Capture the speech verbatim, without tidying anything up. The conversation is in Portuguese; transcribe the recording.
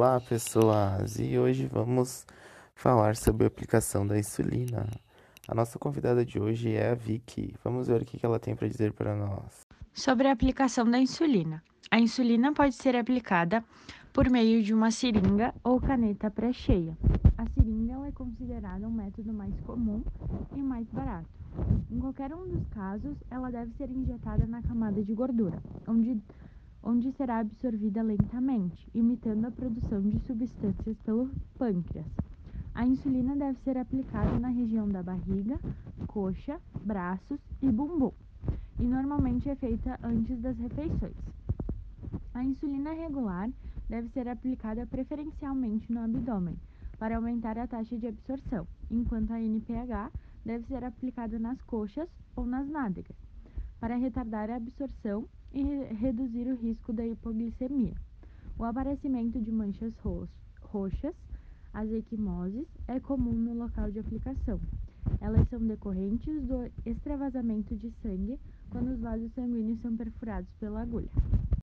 Olá, pessoas! E hoje vamos falar sobre a aplicação da insulina. A nossa convidada de hoje é a Vicky. Vamos ver o que que ela tem para dizer para nós. Sobre a aplicação da insulina. A insulina pode ser aplicada por meio de uma seringa ou caneta pré-cheia. A seringa ela é considerada um método mais comum e mais barato. Em qualquer um dos casos, ela deve ser injetada na camada de gordura, onde, onde será absorvida lentamente, imitando a produção de substâncias pelo pâncreas. A insulina deve ser aplicada na região da barriga, coxa, braços e bumbum, e normalmente é feita antes das refeições. A insulina regular deve ser aplicada preferencialmente no abdômen, para aumentar a taxa de absorção, enquanto a N P H deve ser aplicada nas coxas ou nas nádegas, para retardar a absorção e re reduzir o risco da hipoglicemia. O aparecimento de manchas ro roxas, as equimoses, é comum no local de aplicação. Elas são decorrentes do extravasamento de sangue quando os vasos sanguíneos são perfurados pela agulha.